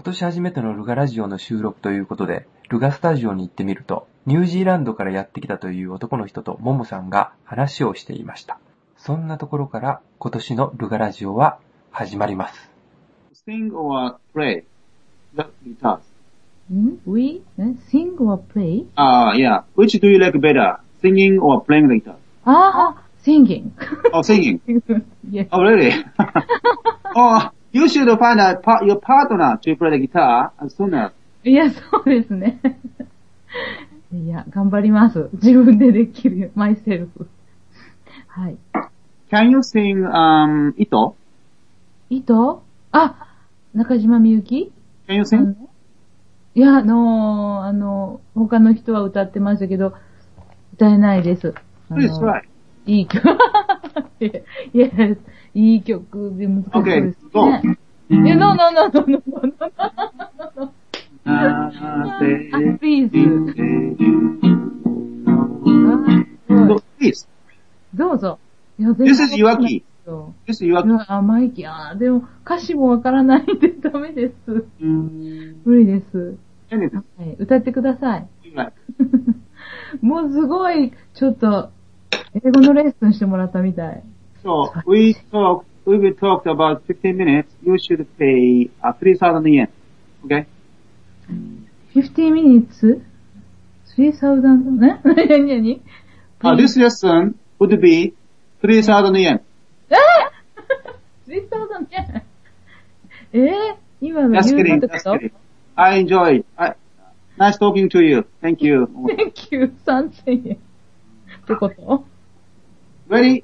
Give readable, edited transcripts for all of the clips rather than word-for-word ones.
年初めてのルガラジオの収録ということで、ルガスタジオに行ってみると、ニュージーランドからやってきたという男の人とモモさんが話をしていました。そんなところから今年のルガラジオは始まります。 Sing or play the guitar? We sing or play? Yeah. Which do you like better, singing or playing the guitar? Singing. Oh, singing. Yes. Oh, really? Oh, you should find your partner to play the guitar as soon as. いや、そうですね。いや、頑張ります。自分でできる。myself. はい。 Can you sing, 糸？ 中島みゆき？ Can you sing? いや、他の人は歌ってましたけど、歌えないです。 Please try. いい曲。Yes. いい曲で難しいですね。 Okay, go. No. Please. どうぞ。 This is your key. This is your key. マイキー。でも歌詞もわからないんでダメです。無理です。はい、歌ってください。もうすごい、ちょっと、英語のレッスンしてもらったみたい。 So, we will talk about 15 minutes. You should pay 3,000 yen. Okay? 15 minutes? 3,000? ね何 This lesson would be 3,000 yen. 3,000 yen? 今の言うってこと？ Just kidding. I enjoyed. Nice talking to you. Thank you. Thank you. 3,000 円。ってこと？ Ready?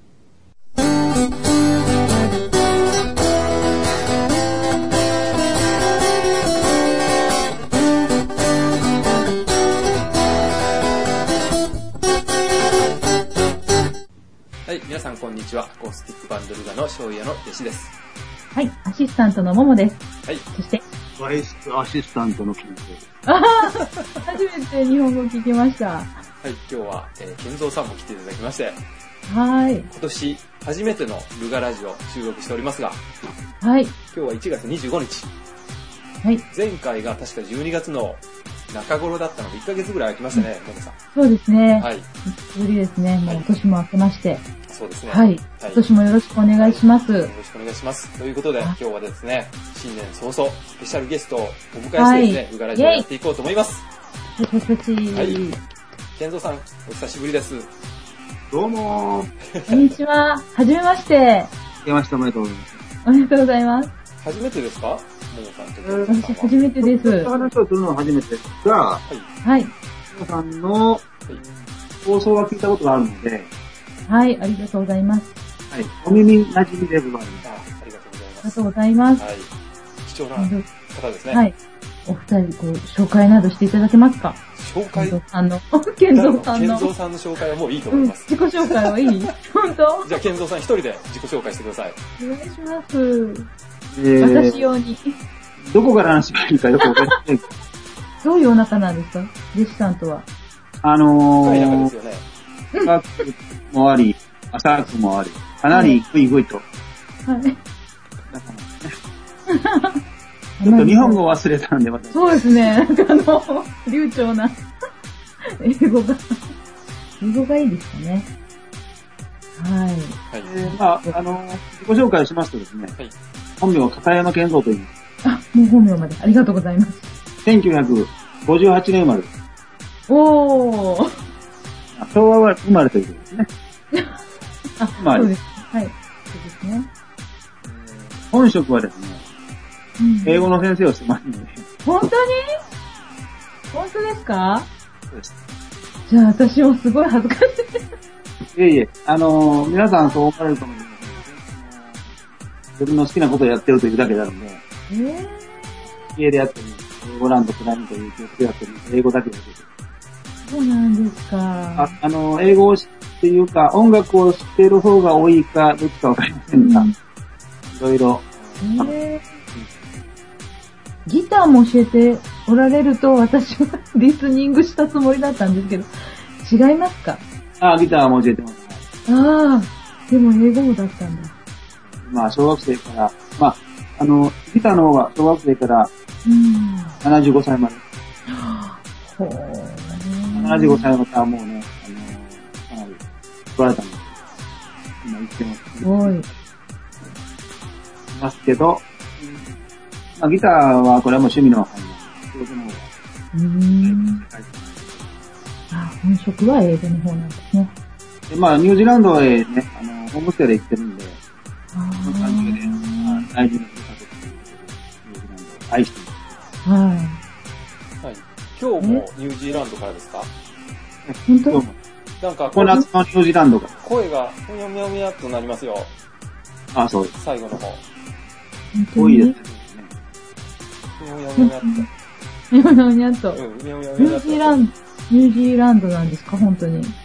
はい、皆さんこんにちは。アコースティックバンドルガの庄屋の弟子です。 はい、アシスタントのモモです。 はい。 そして、 バイスアシスタントの健三です。 初めて日本語聞きました。 はい、今日は、健三さんも来ていただきまして、 はい。 今年初めてのルガラジオ収録しておりますが、 はい。 今日は1月25日。 はい。 前回が確か12月の中頃だったので1ヶ月ぐらい空きましたね、モモさん。 そうですね。 はい。 ぶりですね。もう年も明けまして。 そうですね。 はい。今年もよろしくお願いします。 よろしくお願いします。ということで、今日はですね、新年早々、スペシャルゲストをお迎えしてですね、ルガラジオをやっていこうと思います。 パチパチ。 はい。健三さん、お久しぶりです。 どうもこんにちは。はじめまして。 明けましておめでとうございます。 おめでとうございます。 初めてですか？モモさんと健三さんは。 私初めてです。 話をするのは初めてですが、 はい。 皆さんの放送は聞いたことがあるので、 はい、ありがとうございます。 はい。お耳馴染みでございます。 ありがとうございます。 ありがとうございます。 はい。貴重な方ですね。 はい。お二人、紹介などしていただけますか？ 紹介？ 健三さんの紹介はもういいと思います。 自己紹介はいい？本当？ じゃあ、健三さん一人で自己紹介してください。 お願いします。私用に。 どこから話がいいかよくわかんない。 どういうお仲なんですか？弟子さんとは。 深い仲ですよね。 深くもあり、浅くもあり、かなりグイグイと。 はい。 ちょっと日本語忘れたんで、私。 そうですね。流暢な英語がいいですかね。はい。 自己紹介をしますとですね。はい。本名は片山健三と言います。 もう本名まで。ありがとうございます。 1958年生まれです。 おー。 昭和は生まれということですね。 そうです。はい。そうですね。 本職はですね、英語の先生をしてますので。 本当に？本当ですか？ そうです。 じゃあ私もすごい恥ずかしい。 いえ、皆さんそう思われるかもしれません。自分の好きなことをやってるというだけなので、家でやってる、英語ランドプライムという曲でやってる、英語だけでやってる。 そうなんですか。 英語をっていうか、音楽を知っている方が多いか、どっちかわかりませんが、いろいろ。 ギターも教えておられると、私はリスニングしたつもりだったんですけど、違いますか？ ギターも教えてます。 でも英語もだったんだ。 小学生から、ギターの方が小学生から 75歳まで。 ほー。 75歳の方はもうね、かなり、取られたんですけど、今生きてます。 すごい。 いますけど、まあ、ギターはこれはもう趣味の範囲なんで、仕事の方が。 本職は英語の方なんですね。 で、まあ、ニュージーランドへね、ホームステイで行ってるんで、その環境で、まあ、大事なふるさとということで、ニュージーランドを愛しています。 はい。 はい。今日もニュージーランドからですか？ 本当？ なんか、 この夏のニュージーランドから。 声が、ふにゃみゃみゃっとなりますよ。 あ、そうです。 最後の方。 多いですね。 ふにゃみゃみゃっと。 ふにゃみゃみゃっと。 うん、ふにゃみゃニみゃっと。 ュージーランドなんですか、本当に。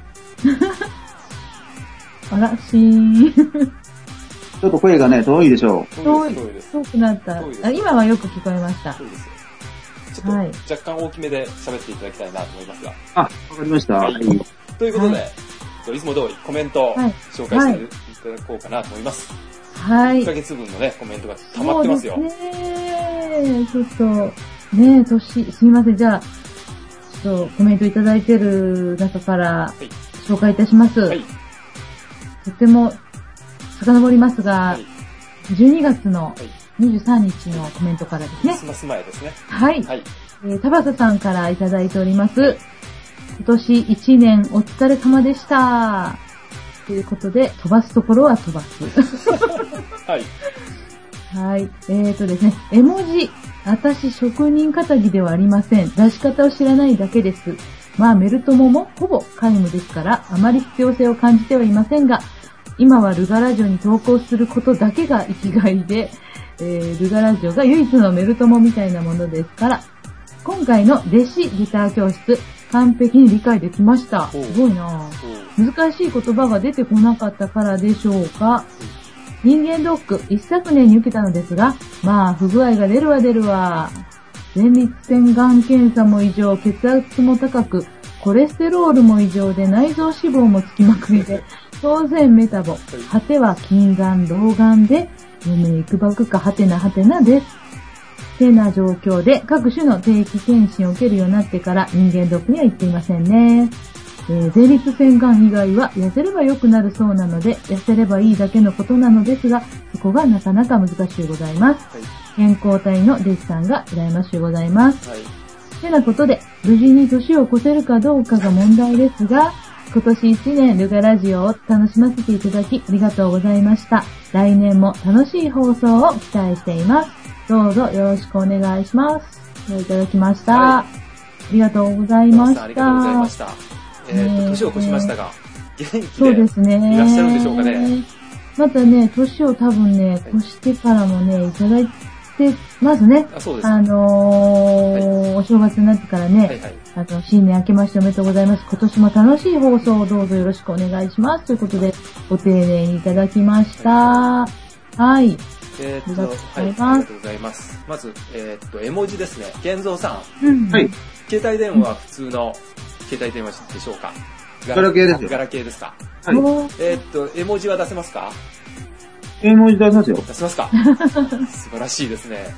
あら、しーん。 ちょっと声がね、遠いでしょう。 遠いです。 遠くなった。あ、今はよく聞こえました。 そうです。ちょっと若干大きめで喋っていただきたいなと思いますが。 あ、わかりました。はい。 ということで、いつも通りコメントを紹介していただこうかなと思います。 はい。 1ヶ月分のね、コメントが溜まってますよ。 そうですね。ちょっと、ね、すみません。じゃあ、ちょっとコメントいただいてる中から紹介いたします。はい。とても遡りますが、12月の23日のコメントからですね。 クリスマス前ですね。 はい。田畑さんからいただいております。今年1年お疲れ様でした。ということで、飛ばすところは飛ばす。 はい。 はい。ですね、絵文字。私、職人仇ではありません。出し方を知らないだけです。まあ、メル友もほぼ皆無ですから、あまり必要性を感じてはいませんが、今はルガラジオに投稿することだけが生きがいで、ルガラジオが唯一のメル友みたいなものですから、今回の弟子ギター教室、完璧に理解できました。すごいなぁ。難しい言葉が出てこなかったからでしょうか。人間ドック一昨年に受けたのですが、まあ不具合が出るわ。前立腺がん検査も異常、血圧も高く、コレステロールも異常で内臓脂肪もつきまくりで、当然メタボ、果ては近眼、老眼で、嫁いくばくかはてなです。てな状況で各種の定期検診を受けるようになってから人間ドックには行っていませんね。前立腺がん以外は痩せれば良くなるそうなので、痩せればいいだけのことなのですが、そこがなかなか難しいございます。健康体の弟子さんが羨ましいございます。てなことで、無事に年を越せるかどうかが問題ですが、今年1年ルガラジオを楽しませていただきありがとうございました。来年も楽しい放送を期待しています。どうぞよろしくお願いします。いただきました。ありがとうございました。 ありがとうございました。年を越しましたが、元気でそうですね。 いらっしゃるんでしょうかね。 またね、年を多分ね、越してからもね、いただいてますね。 そうです。 お正月になってからね、新年明けましておめでとうございます。今年も楽しい放送をどうぞよろしくお願いします。ということで、ご丁寧にいただきました。はい。 ありがとうございます。まず、絵文字ですね。健三さん。 はい。 携帯電話は普通の携帯電話でしょうか？ ガラケーですよ。 ガラケーですか？ はい。 絵文字は出せますか？ 絵文字出せますよ。 出せますか？素晴らしいですね。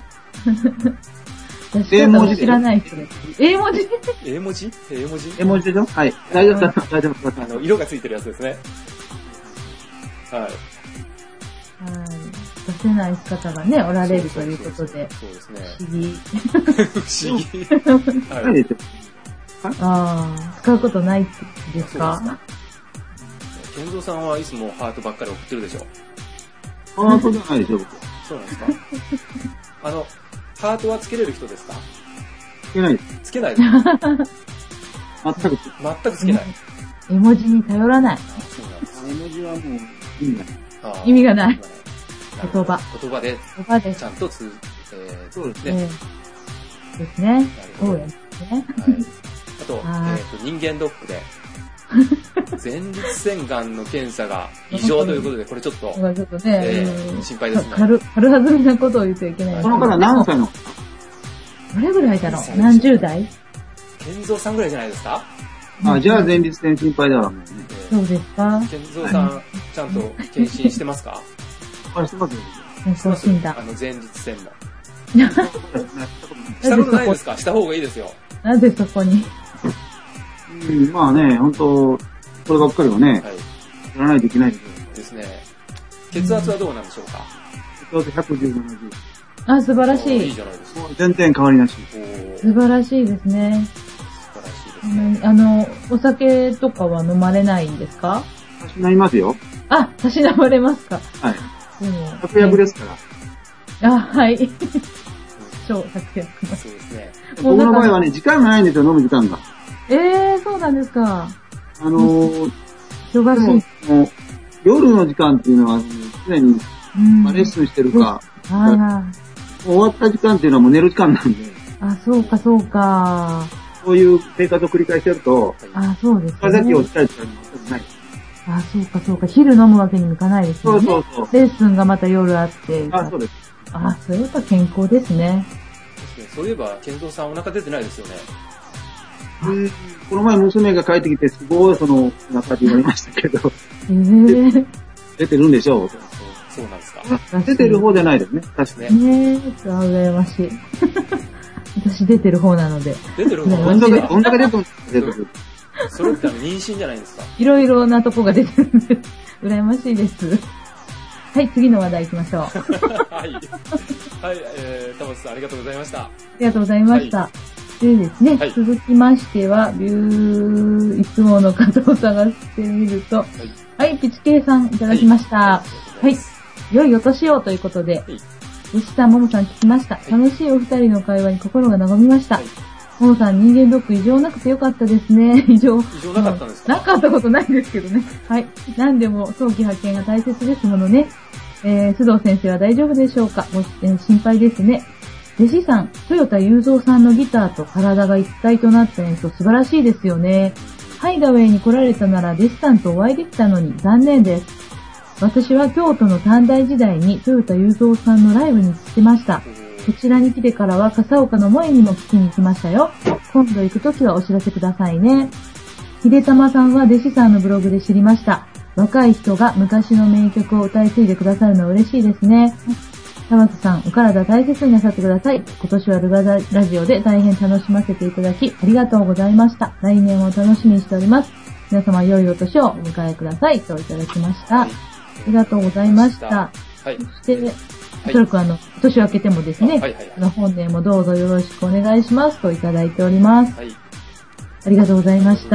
絵文字知らない人です。絵文字絵文字でしょ？はい。大丈夫。 色がついてるやつですね。はい。 出せない方がね、おられるということで。 そうですね。 不思議。 不思議。 はい。 使うことないですか？ 健三さんはいつもハートばっかり送ってるでしょ？ ハートじゃないでしょ、僕。 そうなんですか？ハートはつけれる人ですか？ つけないです。 つけないです。全くつけない。 絵文字に頼らない。 絵文字はもう意味がない。言葉でちゃんとそうですね。 ですね。そうですね。 あと、人間ドックで、前立腺がんの検査が異常ということで、これちょっと、心配ですね。 軽はずみなことを言ってはいけない。 この方何歳の方？ どれぐらいだろう？何十代？ 健三さんぐらいじゃないですか？ じゃあ前立腺心配だわ、もうね。 そうですか？ 健三さん、ちゃんと検診してますか？ してますよ。 健康診断。 前立腺も。 したことないですか？した方がいいですよ。 なぜそこに。 まあね、本当こればっかりはね、やらないといけないですね。血圧はどうなんでしょうか？ 血圧110、70。 あ、素晴らしい。 いいじゃないですか。 全然変わりなし。 素晴らしいですね。 素晴らしいですね。 お酒とかは飲まれないんですか？ たしなみますよ。 あ、たしなまれますか？ はい。 でも。 芍薬ですから。 あ、はい。超芍薬の。 そうですね。 僕の場合はね、時間がないんですよ、飲む時間が。 そうなんですか。 忙しい。 もう夜の時間っていうのは、常に、レッスンしてるか、終わった時間っていうのはもう寝る時間なんで。 あ、そうか、そうか。 そういう生活を繰り返してると、 そうですね。 深酒をしたりとかにもない。 あ、そうか、そうか。昼飲むわけにもいかないですよね。そう。レッスンがまた夜あって。 そうです。 それやっぱ健康ですね。 そういえば、健三さんお腹出てないですよね。 この前娘が帰ってきて、すごいお腹って言われましたけど。出てるんでしょう。 そうなんですか。 出てる方じゃないですね。確かに。 羨ましい。私出てる方なので。 出てる方どんだけ出てるそれって妊娠じゃないですか？ いろいろなとこが出てるんで、羨ましいです。はい、次の話題行きましょう。 はい。はい、田本さんありがとうございました。ありがとうございました。でですね、続きましては、いつもの方を探してみると、はい、ピチケイさんいただきました。はい、良いお年をということで、吉さん、ももさん聞きました。楽しいお二人の会話に心が和みました。ももさん、人間ドック異常なくてよかったですね。異常なかったんですか？ なかったことないですけどね。はい。何でも早期発見が大切ですものね。須藤先生は大丈夫でしょうか？心配ですね。弟子さん、豊田雄三さんのギターと体が一体となった演奏素晴らしいですよね。ハイダウェイに来られたなら弟子さんとお会いできたのに残念です。私は京都の短大時代に豊田雄三さんのライブに行ってました。こちらに来てからは笠岡の萌にも聞きに行きましたよ。今度行くときはお知らせくださいね。秀玉さんは弟子さんのブログで知りました。若い人が昔の名曲を歌い継いでくださるのは嬉しいですね。田松さん、お体大切になさってください。今年はルガラジオで大変楽しませていただき、ありがとうございました。来年も楽しみにしております。皆様、良いお年をお迎えください。といただきました。ありがとうございました。そして、おそらく年明けてもですね、本年もどうぞよろしくお願いしますといただいております。ありがとうございました。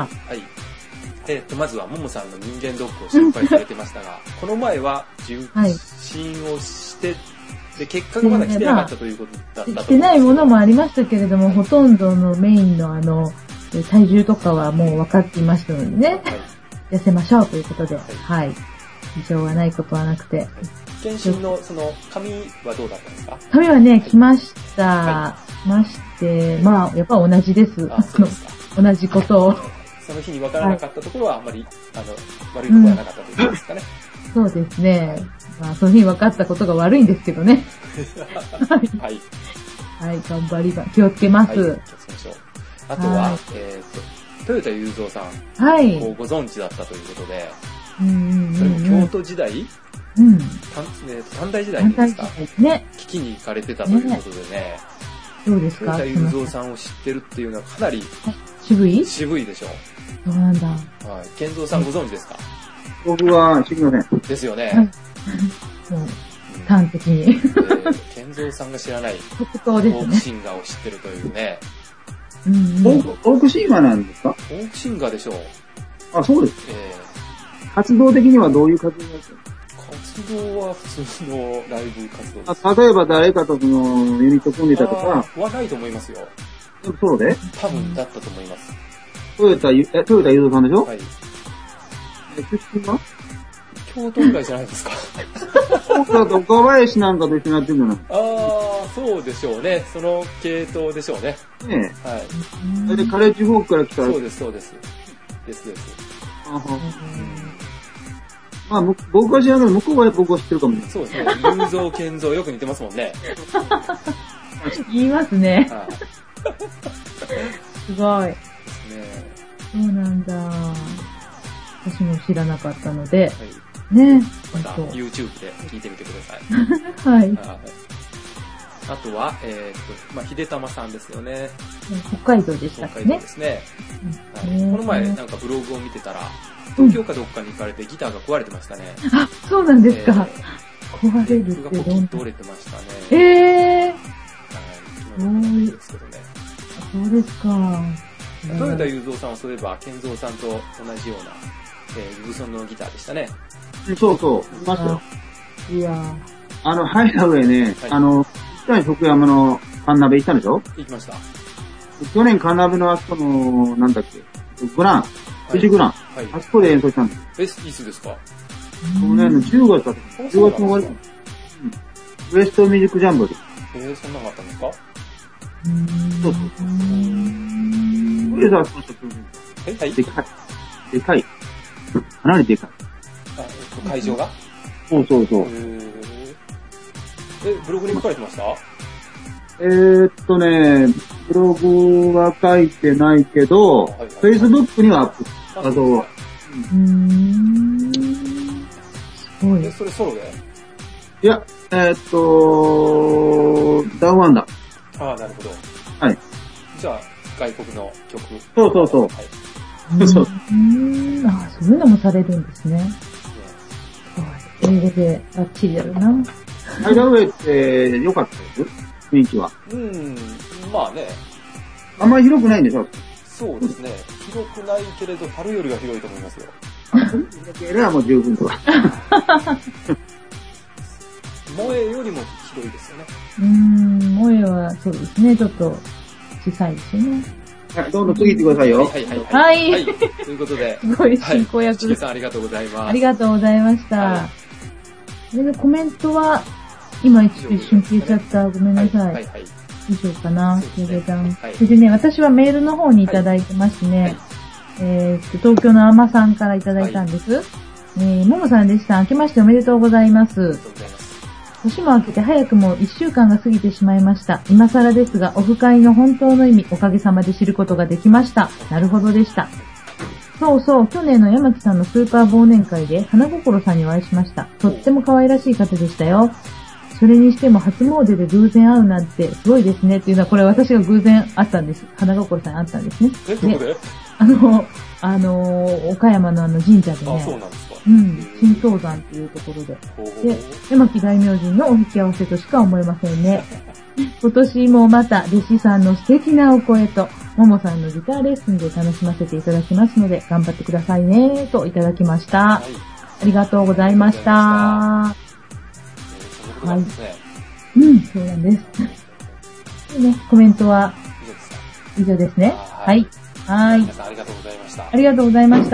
まずはももさんの人間ドックを心配されてましたが、この前は受診をして、で、結果がまだ来てなかったということだったと思うんです。 来てないものもありましたけれども、ほとんどのメインの体重とかはもう分かっていましたのでね、痩せましょうということで、はい。異常はないことはなくて。 検診の髪はどうだったんですか？ 髪はね、来ました。来まして、まあ、やっぱ同じです。同じことを。 その日に分からなかったところはあんまり、悪いところはなかったということですかね。 そうですね。まあ、その日に分かったことが悪いんですけどね。 はい。 はい、頑張ります。気をつけます。気をつけましょう。あとは、豊田雄三さんをご存知だったということで、それも京都時代短大時代にですか？聞きに行かれてたということでね。 どうですか？ 豊田雄三さんを知ってるっていうのはかなり渋いでしょう。 そうなんだ。 はい。健三さんご存知ですか？ 僕は知りません。 ですよね。 もう端的に。 健三さんが知らない特等ですね。 フォークシンガーを知ってるというね。 フォークシンガーなんですか？ フォークシンガーでしょう。 あ、そうです。活動的にはどういう活動ですか？ 活動は普通のライブ活動です。 例えば誰かとユニット組んでたとかはないと思いますよ。 そうで？ 多分だったと思います。 豊田雄三さんでしょ？はい。出身は？ 京都ぐらいじゃないですか。 京都だと岡林なんかと一緒にやってるんじゃない？ そうでしょうね。その系統でしょうね。 ねえ。はい。 で、カレッジフォークから来たら。 そうです。です。 まあ、僕は知らないけど、向こうは僕は知ってるかもしれない。 そうですね。雄三、健三、よく似てますもんね。 言いますね。すごい。そうなんだ。私も知らなかったので。ね。 また YouTube で聞いてみてください。 はい。 あとは、秀玉さんですよね。 北海道でしたっけね。 北海道ですね。この前、なんかブログを見てたら、東京かどっかに行かれてギターが壊れてましたね。 あ、そうなんですか。壊れるってどんな？がポキッと折れてましたね。 そうですか。 豊田雄三さんはそういえば、健三さんと同じような、ギブソンのギターでしたね。 そうそう、いましたよ。 いやハイダウェイね、北福山のカンナベ行ったんでしょ？ 行きました。 去年カンナベのあそこの、なんだっけ、グラン、富士グラン、あそこで演奏したんです。 いつですか？ 去年の10月だった。10月の終わり。ウエストミュージックジャンボで。 そんなのがあったんですか？ そう。ウエストはそうした。でかい。かなりでかい。 会場が？ そう。 ブログに書かれてました？ ブログは書いてないけど、Facebook にはアップ。画像は。 すごい。 それソロで？ いや、ダウンワンダ。 ああ、なるほど。 はい。 じゃあ、外国の曲。 そう。 そう。そういうのもされるんですね。英語でバッチリやるな。 ハイダウェイって良かったです雰囲気は。 まあね。 あんまり広くないんでしょ？ そうですね。広くないけれど、春よりは広いと思いますよ。 広ければもう十分とは。 萌えよりも広いですよね。 萌えはそうですね。ちょっと小さいですよね。 はい、どんどん次行ってくださいよ。 はい。 ということで。 すごい進行役。 チキさんありがとうございます。 ありがとうございました。で、コメントは、今一瞬消えちゃった。ごめんなさい。以上かな。それでね、私はメールの方にいただいてますね。東京のあまさんからいただいたんです。ももさんでした。明けましておめでとうございます。ありがとうございます。年も明けて早くも1週間が過ぎてしまいました。今更ですが、オフ会の本当の意味、おかげさまで知ることができました。なるほどでした。そう、去年の山木さんのスーパー忘年会で花心さんにお会いしました。とっても可愛らしい方でしたよ。それにしても初詣で偶然会うなんてすごいですねっていうのは、これ私が偶然会ったんです。花心さんに会ったんですね。 どこで？ 岡山の神社でね。 そうなんですか。 新東山っていうところで。で、山木大明神のお引き合わせとしか思えませんね。今年もまた弟子さんの素敵なお声と、ももさんのギターレッスンで楽しませていただきますので、頑張ってくださいね、といただきました。ありがとうございました。はい。そうなんです。でね、コメントは以上ですね。はい。 皆さんありがとうございました。 ありがとうございました。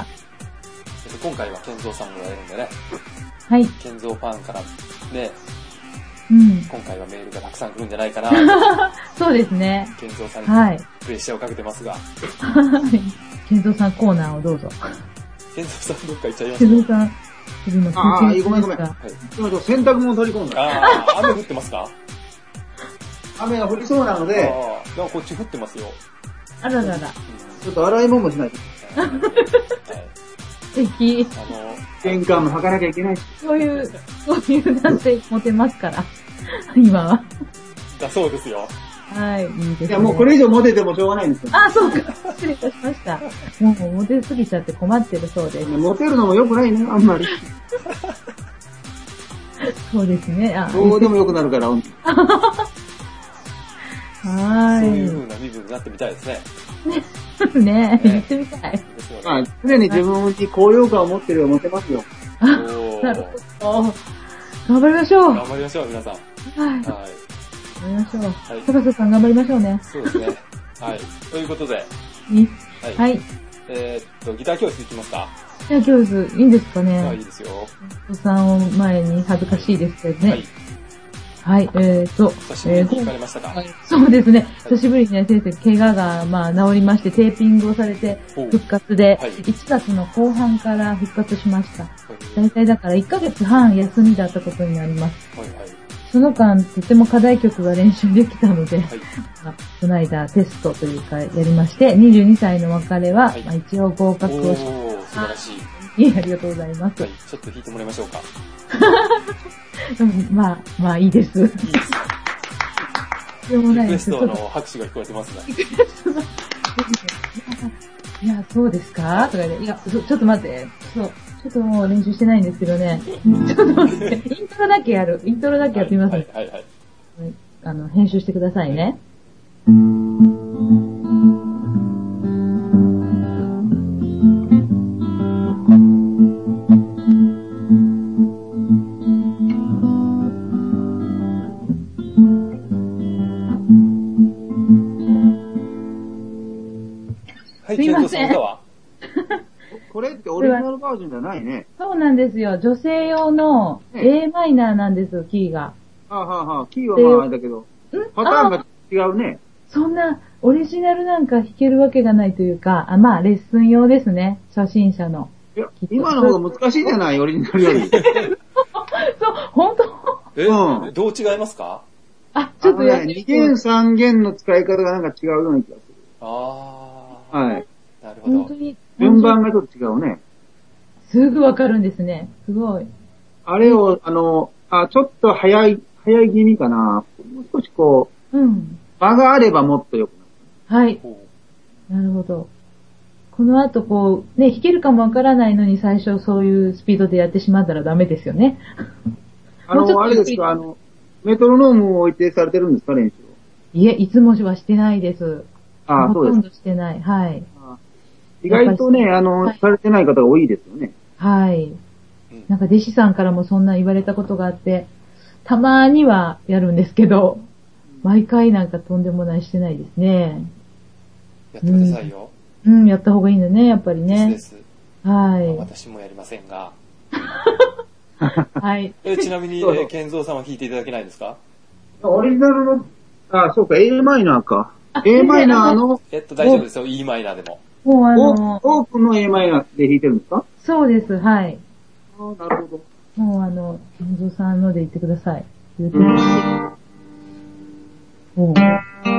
今回は健三さんもやるんでね。 はい。 健三ファンからね、今回はメールがたくさん来るんじゃないかな。 そうですね。 健三さんにプレッシャーをかけてますが。 健三さんコーナーをどうぞ。 健三さんどっか行っちゃいます健三さん、次のごめん。洗濯物取り込んだ。 雨降ってますか？ 雨が降りそうなので。 でもこっち降ってますよ。 あららら。 ちょっと洗い物もしないと。 素敵。 玄関も履かなきゃいけないし。 そういう男性モテますから。今は。 だそうですよ。 はい、いいですね。 いや、もうこれ以上モテてもしょうがないんですよ。 そうか。失礼いたしました。もうモテすぎちゃって困ってるそうです。 モテるのも良くないね、あんまり。 そうですね。 どうでも良くなるから、本当に。 はい。 そういう風な身分になってみたいですね。 ねえ、言ってみたい。 常に自分に高揚感を持ってるようモテますよ。 なるほど。頑張りましょう。 頑張りましょう、皆さん。 頑張りましょう。高瀬さん頑張りましょうね。 そうですね。はい。ということで。 はい。 ギター教室行きますか？ ギター教室、いいんですかね？ いいですよ。 お子さんを前に恥ずかしいですけどね。はい、 久しぶりに行かれましたか？ そうですね。久しぶりにね、先生、怪我が治りまして、テーピングをされて、復活で、1月の後半から復活しました。大体だから1ヶ月半休みだったことになります。その間、とても課題曲が練習できたので、この間テストというかやりまして、22歳の別れは、一応合格をしました。 素晴らしい。 ありがとうございます。 ちょっと弾いてもらいましょうか。 まあいいです。 いいですか。 要もないリクエストの拍手が聞こえてますが。 いや、そうですかとかね。いや、ちょっと待って。そう。ちょっともう練習してないんですけどね。ちょっと待って。イントロだけやってみます。 はい。 編集してくださいね。 はい、すいません。 これってオリジナルバージョンじゃないね。 そうなんですよ。女性用の A マイナーなんです、キーが。 キーはまああれだけど、パターンが違うね。 そんな、オリジナルなんか弾けるわけがないというか、まあ、レッスン用ですね。初心者の。 いや、今の方が難しいじゃない、オリジナルより。 そう、本当？どう違いますか？ ちょっとね、2弦3弦の使い方がなんか違うような気がする。はい。 なるほど。 順番がちょっと違うね。 すぐわかるんですね。すごい。 あれを、ちょっと早い気味かな。もう少しこう、間があればもっと良くなる。はい。なるほど。この後こう、ね、弾けるかもわからないのに最初そういうスピードでやってしまったらダメですよね。 あれですか、メトロノームを置いてされてるんですか、練習を。 いえ、いつもはしてないです。 そうです。 ほとんどしてない。はい。 意外とね、されてない方が多いですよね。 はい。なんか弟子さんからもそんな言われたことがあって、たまにはやるんですけど、毎回なんかとんでもないしてないですね。 やってくださいよ。 やった方がいいんだね、やっぱりね。 です。 はい。 私もやりませんが。 はい。 ちなみに、健三さんは弾いていただけないですか？ オリジナルの、そうか、A マイナーか。A マイナーの、 大丈夫ですよ、E マイナーでも。 もうオープンの A マイナーで弾いてるんですか？ そうです、はい。 なるほど。もう健三さんので言ってください。言ってほしい。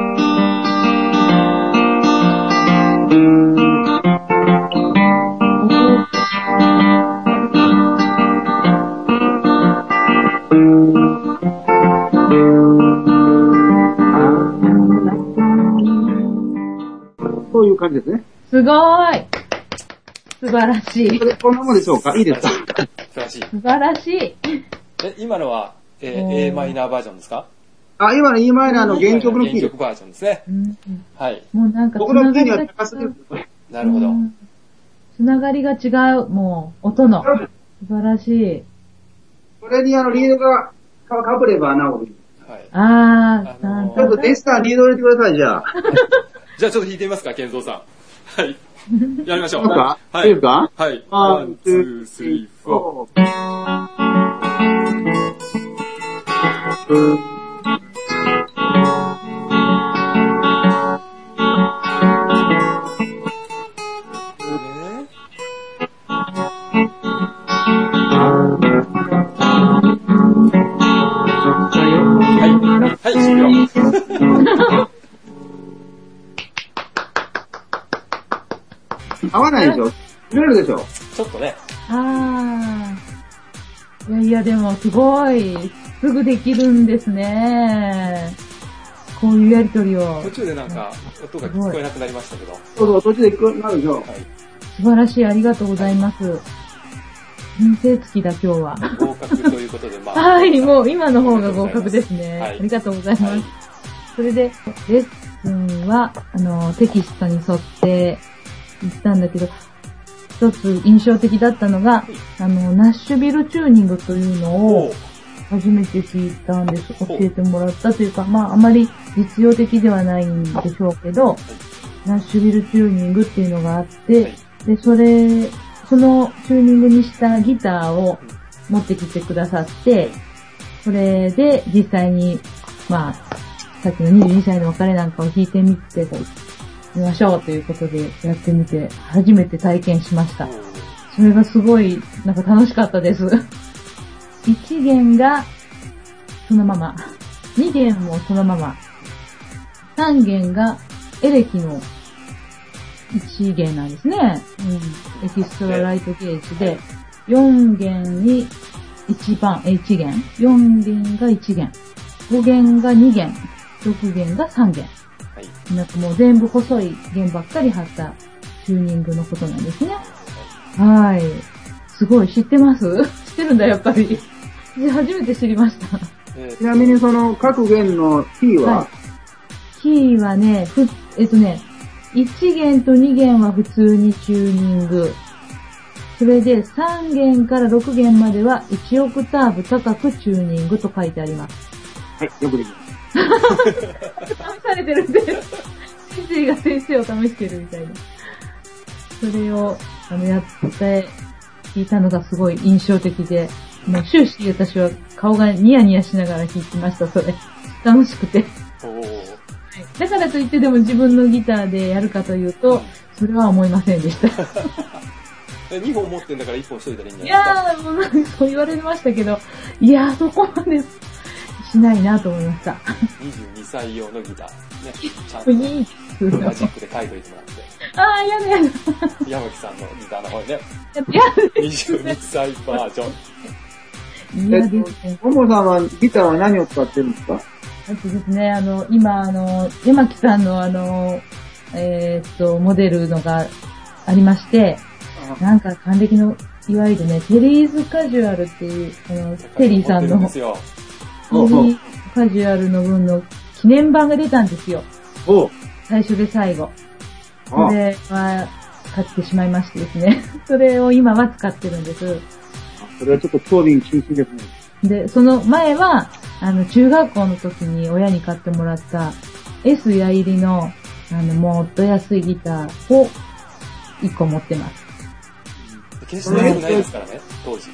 そういう感じですね。 すごーい。素晴らしい。 こんなもんでしょうか？いいですか？ 素晴らしい。 素晴らしい。 今のは、A マイナーバージョンですか？ 今の E マイナーの原曲のキー。 原曲バージョンですね。はい。 もうなんか僕のキーには高すぎる。 なるほど。 つながりが違う、もう、音の。素晴らしい。 これにリードがかぶればなおいい。 はい。 ちょっとデスターリード入れてください、じゃあ。 じゃあちょっと弾いてみますか、健三さん。はい。やりましょう。 はい。いいですか？ はい。1、2、3、4。はい、終了。 合わないでしょ？ずれるでしょ？ ちょっとね。 いやでもすごい、すぐできるんですね。こういうやりとりを。 途中でなんか、音が聞こえなくなりましたけど。 そう、途中で聞こえなるでしょ？はい。 素晴らしい、ありがとうございます。認定付きだ、今日は。 合格ということで、 はい、もう今の方が合格ですね。ありがとうございます。それで、レッスンは、テキストに沿って行ったんだけど、一つ印象的だったのが、ナッシュビルチューニングというのを初めて聞いたんです。教えてもらったというか、あまり実用的ではないんでしょうけど、ナッシュビルチューニングっていうのがあって、で、そのチューニングにしたギターを持ってきてくださって、それで実際に、さっきの22歳の別れなんかを弾いてみましょうということでやってみて、初めて体験しました。それがすごい、なんか楽しかったです。1弦がそのまま、2弦もそのまま、3弦がエレキの1弦なんですね。エキストラライトゲージで、4弦に1弦、4弦が1弦、5弦が2弦、 6弦が3弦。はい。なんかもう全部細い弦ばっかり張ったチューニングのことなんですね。はい。すごい、知ってます？知ってるんだ、やっぱり。初めて知りました。 ちなみにその各弦のキーは、はい、 キーはね、1弦と2弦は普通にチューニング。それで3弦から6弦までは1オクターブ高くチューニングと書いてあります。 はい、よくできます。 試されてるんで、先生が先生を試してるみたいな。それを、やって聞いたのがすごい印象的で、もう終始私は顔がニヤニヤしながら弾いてました、それ。楽しくて。だからといってでも自分のギターでやるかというと、それは思いませんでした。 2本持ってんだから1本しといたらいいんじゃないですか。 いやー、もうなんかそう言われましたけど、いやー、そこまでしないなと思いました。 22歳用のギター。ね。ちゃんとマジックで書いといてもらって。 あー、やだやだ。 山木さんのギターの方にね。22歳バージョン。嫌ですね。 ももさんはギターは何を使ってるんですか？ ですね、今、山木さんのモデルのがありまして、なんか還暦の、いわゆるね、テリーズカジュアルっていう、テリーさんの、テリーカジュアルの分の記念版が出たんですよ。最初で最後。それは買ってしまいましてですね。それを今は使ってるんです。 それはちょっと興味津々ですね。 で、その前は、中学校の時に親に買ってもらった S 矢入りの、もっと安いギターを1個持ってます。 決して高くないですからね、当時。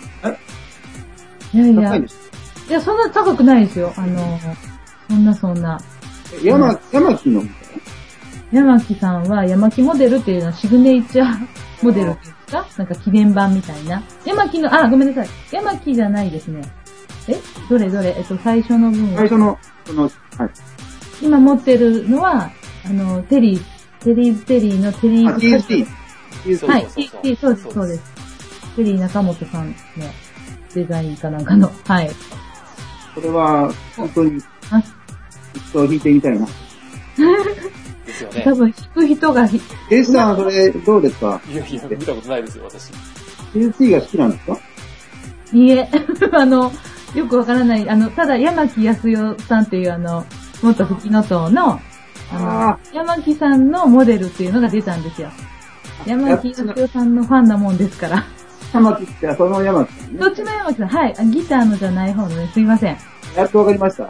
いや、そんな高くないですよ。そんな。 山木の山木さんは山木モデルっていうのはシグネチャーモデルっていうんですか？なんか記念版みたいな。山木の、ごめんなさい。山木じゃないですね。どれ最初の分。 最初の、はい。 今持ってるのは、テリーのテリーズ。 TST。 はい、TST、そうです。テリー中本さんのデザインかなんかの、はい。 これは、本当に、一度弾いてみたいな。 ですよね。 多分弾く人が S さんはそれ、どうですか？ いや、見たことないですよ、私。 TST が好きなんですか？ いいえ、よくわからない。ただ、山木康代さんっていう元吹きの塔の、山木さんのモデルっていうのが出たんですよ。山木康代さんのファンなもんですから。 山木ってその山木さんね。 どっちの山木さん？はい。ギターのじゃない方のね、すいません。 やっとわかりました。はい。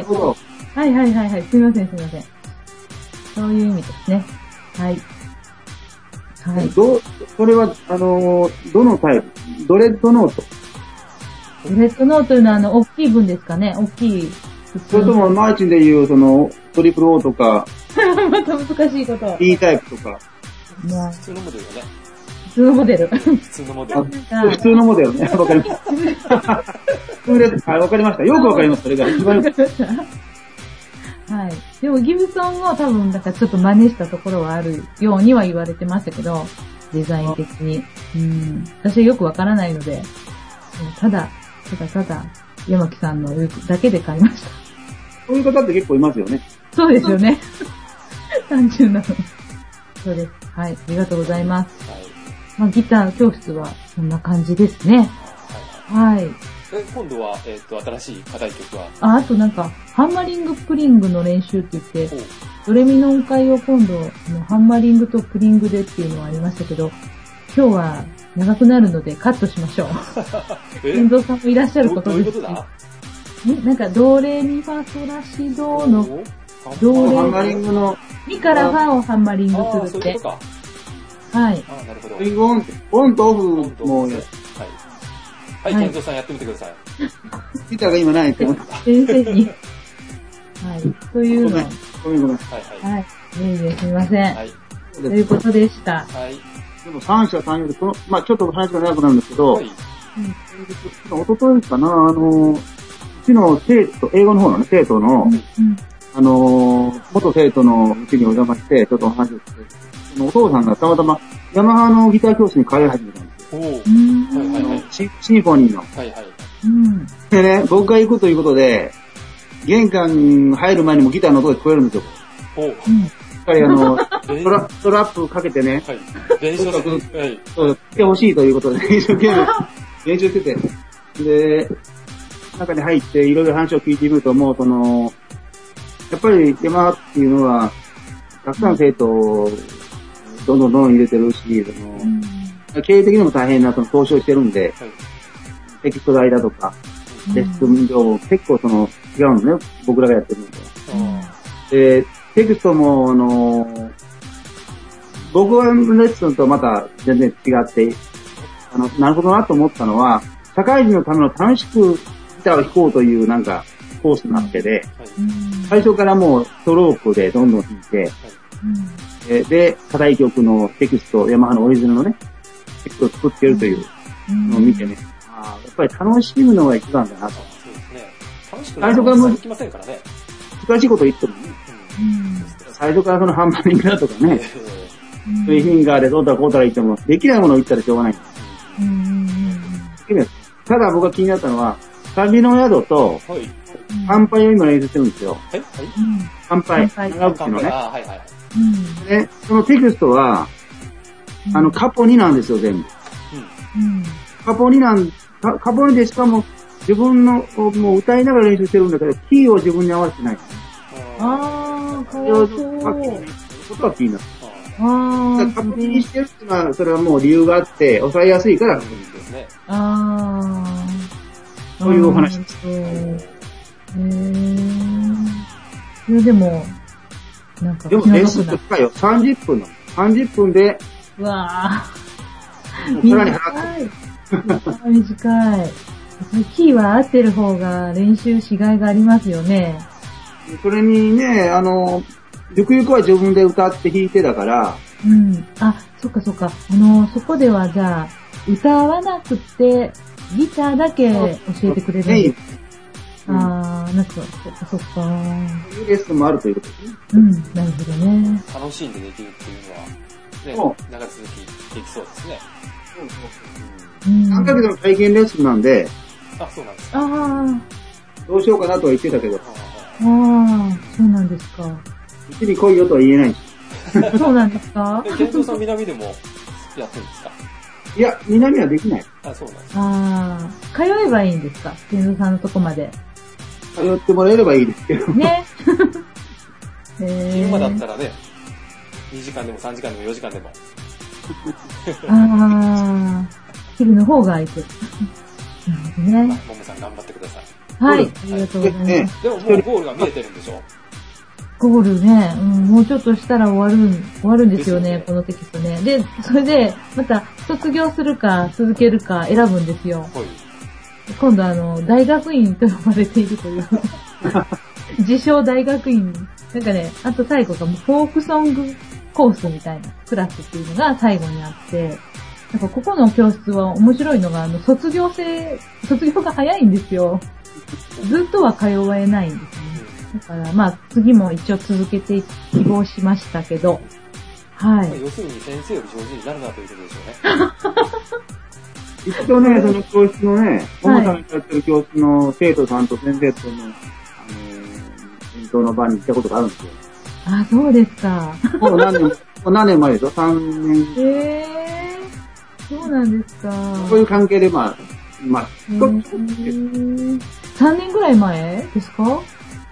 はい。すいません。そういう意味ですね。はい。はい。 それは、どのタイプ？ドレッドノート。 ドレッドノートというのは大きい分ですかね？大きい。 それとも、マーチンでいう、トリプル O とか。 また難しいこと。 E タイプとか。 普通のモデルだね。 普通のモデル。 普通のモデルね。わかりました。わかりました。よくわかります。それが一番よく。 はい。でもギブソンを多分、ちょっと真似したところはあるようには言われてましたけど、デザイン的に。私はよくわからないので、ただ、山木さんのだけで買いました。 そういう方って結構いますよね。 そうですよね。単純なの。そうです。はい。ありがとうございます。ギター教室はそんな感じですね。はい。 今度は、新しい課題曲はあとハンマリングプリングの練習って言って、ドレミの音階を今度、ハンマリングとプリングでっていうのがありましたけど、今日は長くなるのでカットしましょう。遠藤さんもいらっしゃることです。 どういうことだ？ ドレミファソラシドの、 ハンマリングの、 ミからファをハンマリングするって。はい。 なるほど。 オンとオフもやる。 はい、健三さんやってみてください。 ギターが今ないって思った。 先生に。はい。というの。 ごめん。 はい。すみません。はい。ということでした。はい。 でも三者三様で、ちょっと話が長くなるんですけど、はい。おとといかな、うちの生徒、英語の方のね、生徒の、元生徒のうちにお邪魔して、ちょっとお話をして、お父さんがたまたまヤマハのギター教室に通い始めたんですよ。シンフォニーの。でね、僕が行くということで、 玄関入る前にもギターの音が聞こえるんですよ。 おう。 やっぱりトラップかけてね。 はい。練習して、はい。 そう、来てほしいということで、一生懸命練習してて。で、中に入っていろいろ話を聞いてみると、もうやっぱりヤマハっていうのは、たくさん生徒をどんどん入れてるし、経営的にも大変な投資をしてるんで、はい、テキスト代だとか、レッスン量も結構違うのね、僕らがやってるので。で、テキストも僕はレッスンとまた全然違って、なるほどなと思ったのは、社会人のための楽しくギターを弾こうというなんかコースになってで、最初からもうストロークでどんどん弾いて、で、課題曲のテキスト、ヤマハのオリジナルのね、テキストを作っているというのを見てね、やっぱり楽しむのが一番だなと。 そうですね。楽しくないとできませんからね。 難しいこと言ってもね、最初からハンマリングだとかね、そういうフィンガーでどうたらこうたら言っても、できないものを言ったらしょうがない。ただ僕が気になったのは、サビの宿と、乾杯を今練習してるんですよ。乾杯。長渕のね。で、そのテキストは、カポ2なんですよ、全部。カポ2でしかも、自分の、もう歌いながら練習してるんだけど、キーを自分に合わせてない。 かわいそう。 ことは気になる。カポ2にしてるっていうのは、それはもう理由があって、抑えやすいから、そういうお話です。 でも、なんか、 でも練習高いよ。30分なの。30分で、 うわぁ。さらに払って。短い。キーは合ってる方が練習しがいがありますよね。 それにね、ゆくゆくは自分で歌って弾いてだから。 そっかそっか。そこではじゃあ、歌わなくて、ギターだけ教えてくれるんです。なんか、そっかそっか。そういうレッスンもあるということですね。 なるほどね。 楽しんでできるっていうのは、ね、長続きできそうですね。 3ヶ月の体験レッスンなんで、 そうなんですか。 どうしようかなとは言ってたけど。 そうなんですか。 うちに来いよとは言えない。 そうなんですか。 健三さん南でもやってるんですか。 いや、南はできない。 そうなんです。 通えばいいんですか、健三さんのとこまで。 通ってもらえればいいですけど。 ね。 昼間だったらね、2時間でも3時間でも4時間でも。 昼の方が空いてる。なるほどね。 ももさん頑張ってください。 はい、ありがとうございます。 でももうゴールが見えてるんでしょ。 ゴールね、もうちょっとしたら終わるんですよね、このテキストね。で、それで、また、卒業するか、続けるか選ぶんですよ。今度大学院と呼ばれているという。自称大学院。なんかね、あと最後がもうフォークソングコースみたいなクラスっていうのが最後にあって、なんかここの教室は面白いのが、卒業が早いんですよ。ずっとは通えないんですね。だから次も一応続けて希望しましたけど、はい。 要するに先生より上手になるなということでしょうね。 一度ね、その教室のね、ももさんがやってる教室の生徒さんと先生との、演奏の場に行ったことがあるんですよ。 そうですか。 もう何年前ですよ、3年。 そうなんですか。 そういう関係で3 年ぐらい前ですか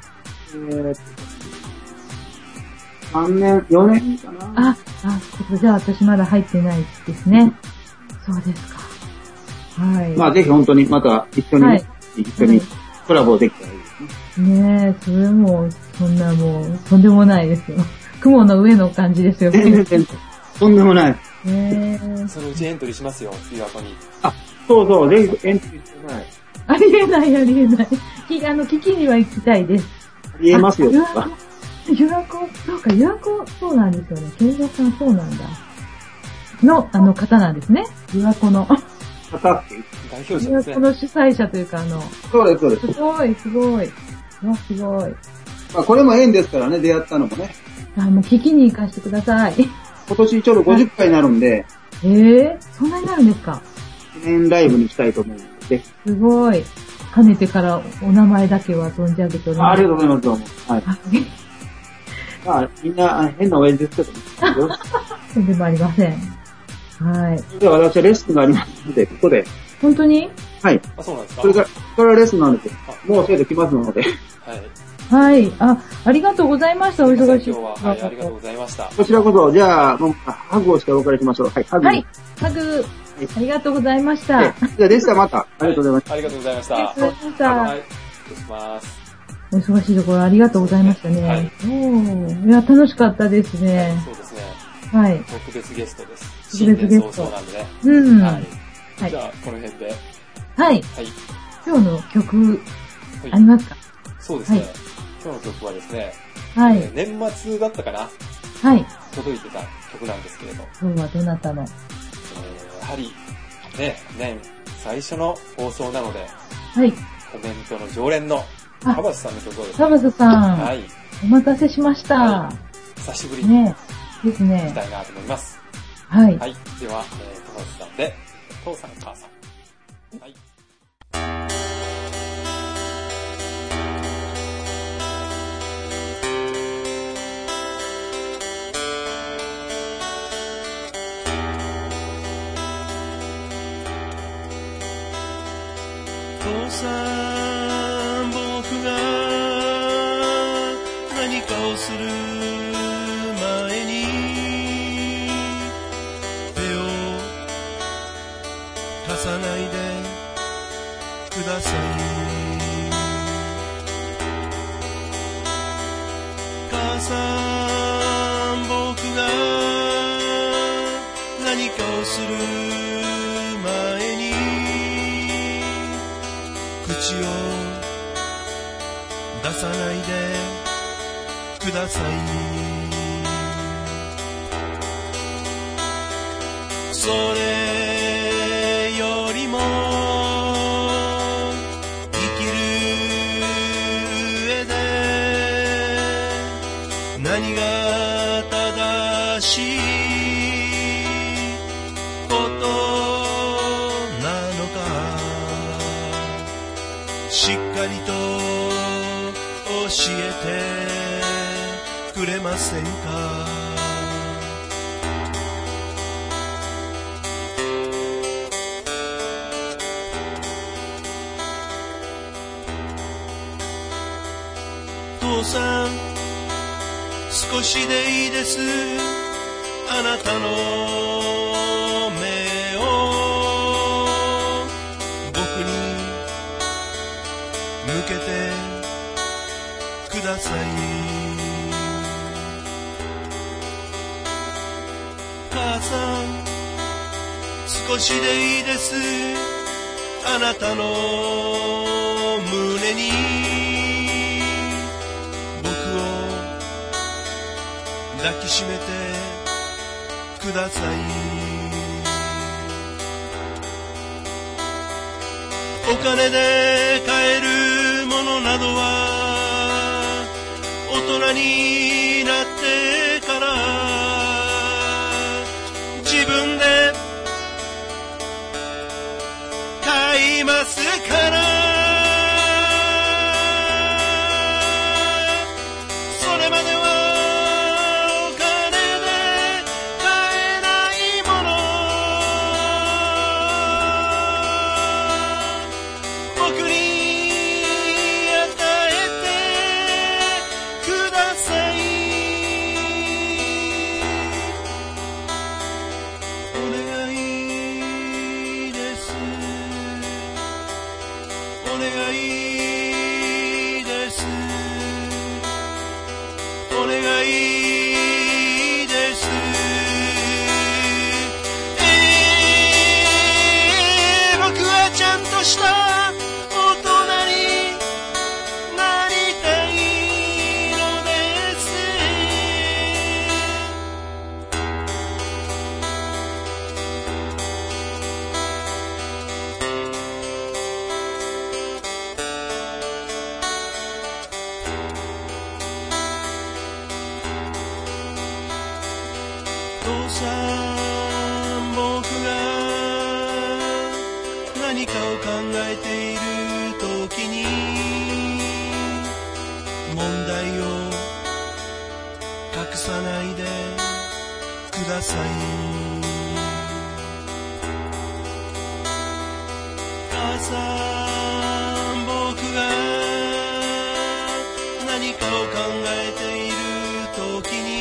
4年かな。 じゃあ私まだ入ってないですね。そうですか。はい。 ぜひ本当にまた一緒にコラボできたらいいですね。 ねえ、それも、そんなもう、とんでもないですよ。雲の上の感じですよ。 とんでもない。 そのうちエントリーしますよ、琵琶湖に。 そう、ぜひエントリーしてない。 ありえない。聞きには行きたいです。 ありえますよ。 琵琶湖、そうなんですよね。健三さんそうなんだ。方なんですね。琵琶湖の。 方って代表者ですね。 琵琶湖の主催者というかそうです。 すごい。すごい。 これも縁ですからね、出会ったのもね。 もう聞きに行かせてください。 今年ちょうど50回になるんで。 そんなになるんですか？ 記念ライブにしたいと思うので。 すごい。 かねてからお名前だけは存じ上げております。 ありがとうございます、どうも。はい。まあ、みんな変な親父ですけどね。 そうでもありません。はい。 それでは私はレッスンがありますので、ここで。 本当に？ はい。 あ、そうなんですか？ これからレッスンなんですよ。もう生徒来ますので。はい。 はい。ありがとうございました。お忙しい。 今日は、はい、ありがとうございました。 こちらこそ、じゃあ、もう、ハグをしてお別れしましょう。はい、ハグ。 はい。ハグ。ありがとうございました。 じゃあ、でしたらまた。ありがとうございました。 ありがとうございました。 ありがとうございました。 はい。失礼します。 お忙しいところありがとうございましたね。はい。いや、楽しかったですね。 そうですね。 はい。 特別ゲストです。 特別ゲスト。 そうなんでね。 うん。 はい。じゃあ、この辺で。 はい。今日の曲、ありますか？ そうですね。今日の曲はですね、 はい。 年末だったかな？ はい。 届いてた曲なんですけれど。 今日はどなたの？ やはり、ね、年最初の放送なので、 はい。 コメントの常連の、田畑さんの曲をですね。 田畑さん。 はい。 お待たせしました。 久しぶりに。 ね。ですね。 見たいなと思います。 はい。 はい。では、田畑さんで、父さん母さん。はい。 父さん、僕が何かをする前に手を貸さないでください。母さん、僕が何かをする前に口を出さないでください。それよりも生きる上で何が正しいことなのかしっかりと教えてくれませんか。父さん、少しでいいです。あなたの目を僕に向けてください。母さん、少しでいいです。あなたの胸に僕を抱きしめてください。お金で買えるものなどは大人になってから自分で買いますから。それまではお金で買えないもの僕に与えてください。お願いです。お願いです。お願いです。僕はちゃんとした大人になりたいのです。父さん、僕が何かを考えている時問題を隠さないでください。母さん、僕が何かを考えている時に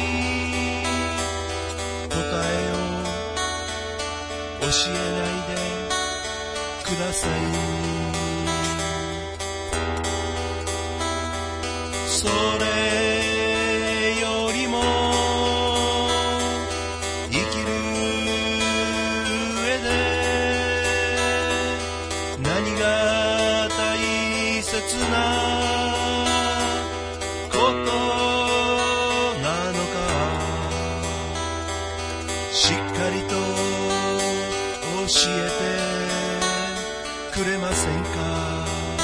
答えを教えないでください。それよりも生きる上で何が大切なことなのかしっかりと教えてくれませんか。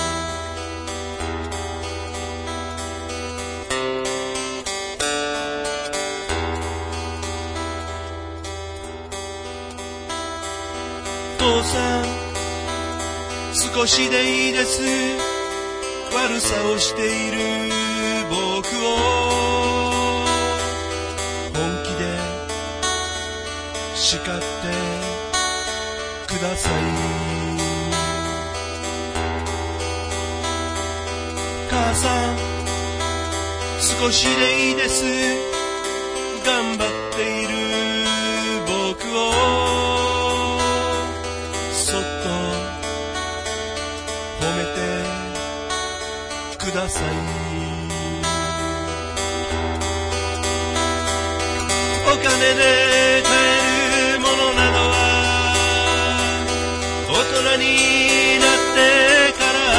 父さん、少しでいいです。悪さをしている僕を本気で叱ってください。母さん、少しでいいです。頑張っている僕をそっと褒めてください。お金で買えるものなどは大人になってから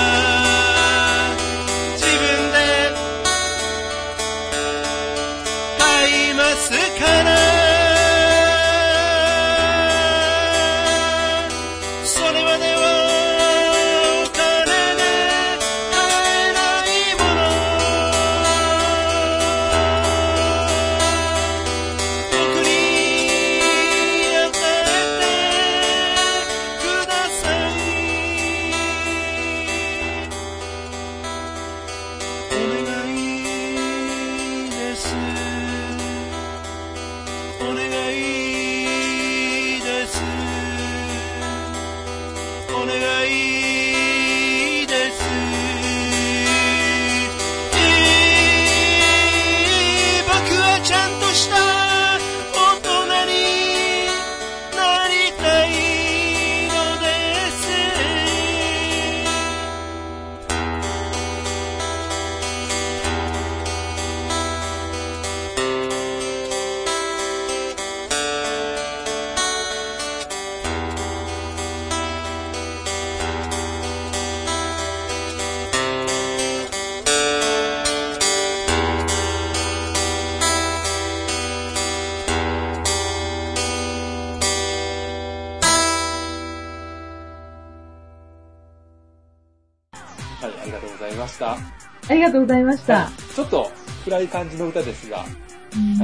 自分で買いますから。はい、ありがとうございました。 ありがとうございました。 はい、ちょっと暗い感じの歌ですが、はい。はい。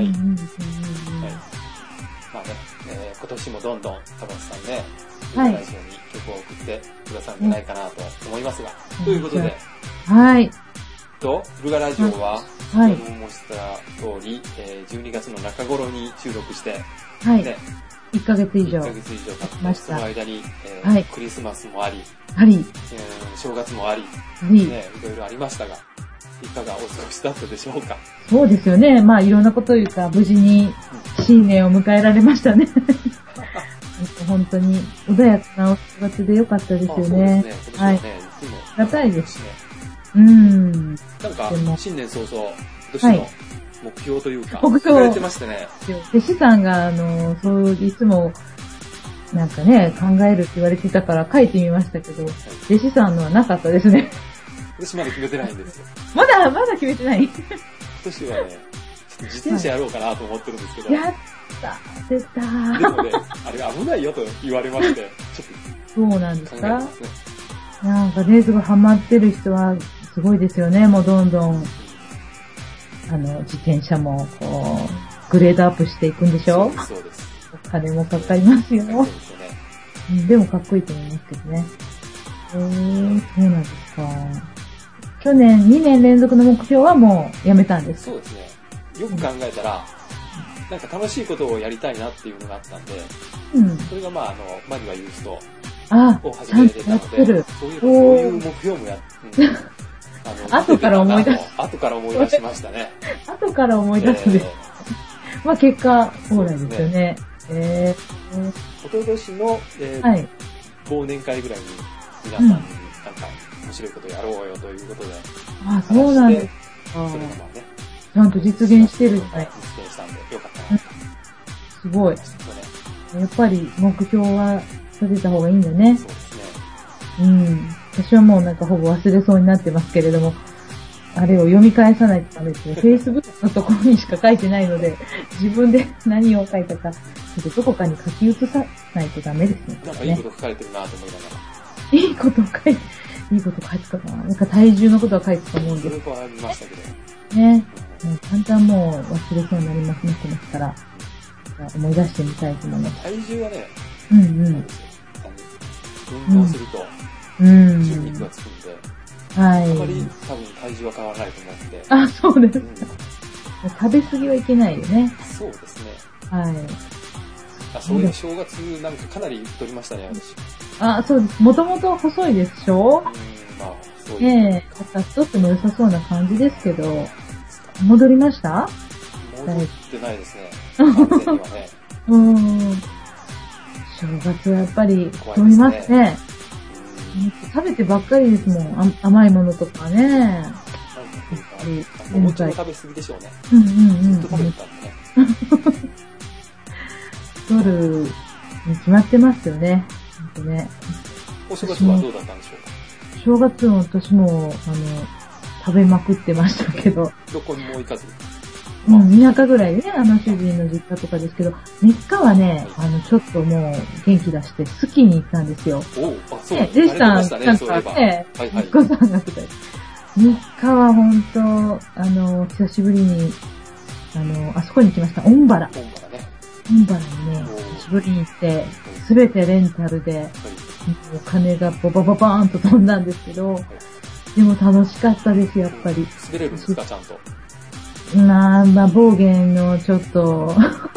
まあね、今年もどんどん高橋さんね、ルガラジオに曲を送ってくださるんじゃないかなと思いますが、ということで、 はい。 ルガラジオは、先ほども申した通り、12月の中頃に収録して、 はい。ね、1ヶ月以上。 経ちました。その間に、 はい、 クリスマスもあり、正月もあり、ね、いろいろありましたが、いかがお過ごしだったでしょうか。 そうですよね。まあいろんなことを言うか、無事に新年を迎えられましたね。本当に穏やかなお正月でよかったですよね。そうですね。はい。ありがたいです。 なんか、新年早々、今年の目標というか、 目標書かれてましたね。 弟子さんが、そういつも、なんかね、考えるって言われてたから書いてみましたけど、弟子さんのはなかったですね。 私まだ決めてないんですよ。 まだ決めてない今年はね、自転車やろうかなと思ってるんですけど。 やった出たでもね、あれ危ないよと言われまして、ちょっと。 そうなんですか？なんかね、すごいハマってる人はすごいですよね。もうどんどん、自転車もこう、グレードアップしていくんでしょ？ そうです。 お金もかかりますよ。 そうですよね。 でもかっこいいと思いますけどね。そうなんですか。 去年2年連続の目標はもうやめたんです。 そうですね。よく考えたら、なんか楽しいことをやりたいなっていうのがあったんで、それがマリはユーストを始めてたので、そういう目標も後から思い出しましたね。 後から思い出すんです。まあ結果、そうなんですよね。 おととしの、忘年会ぐらいに皆さんになんか面白いことやろうよということで。 あ、そうなんですか。 それがね、 ちゃんと実現してるじゃない。 実現したんでよかったなと。 すごい。やっぱり目標は立てた方がいいんだね。 そうですね。 私はもうなんかほぼ忘れそうになってますけれども、あれを読み返さないとダメですね。Facebook のところにしか書いてないので、自分で何を書いたか、どこかに書き写さないとダメですね。 なんかいいこと書かれてるなと思いながら。いいこと書いてたかな。なんか体重のことは書いてたと思うんです。 それはありましたけど。 ね。もう簡単もう忘れそうになりますから、思い出してみたいと思います。 体重はね、運動すると、筋肉がつくんで、あまり多分体重は変わらないと思って。 あ、そうです。食べ過ぎはいけないよね。 そうですね。 はい。 そういう正月なんかかなり太りましたね、私。 あ、そうです。もともと細いでしょ？ そうです。 太っても良さそうな感じですけど、戻りました？ 戻ってないですね。完全にはね。 正月はやっぱり太りますね。食べてばっかりですもん。甘いものとかね。 お餅も食べ過ぎでしょうね。ずっと食べてたんでね。 太るに決まってますよね。ほんとね。 お正月はどうだったんでしょうか？ 正月の私も、食べまくってましたけど。 どこにも行かず？ 田舎ぐらいでね、主人の実家とかですけど、3日はね、ちょっともう元気出してスキーに行ったんですよ。 そうでした、なんかね、息子さんが来たり。3日はほんと、久しぶりに、あそこに行きました、オンバラ。オンバラにね、久しぶりに行って、すべてレンタルで、お金がボバババーンと飛んだんですけど、でも楽しかったです、やっぱり。 滑れるんですか、ちゃんと。 暴言のちょっと、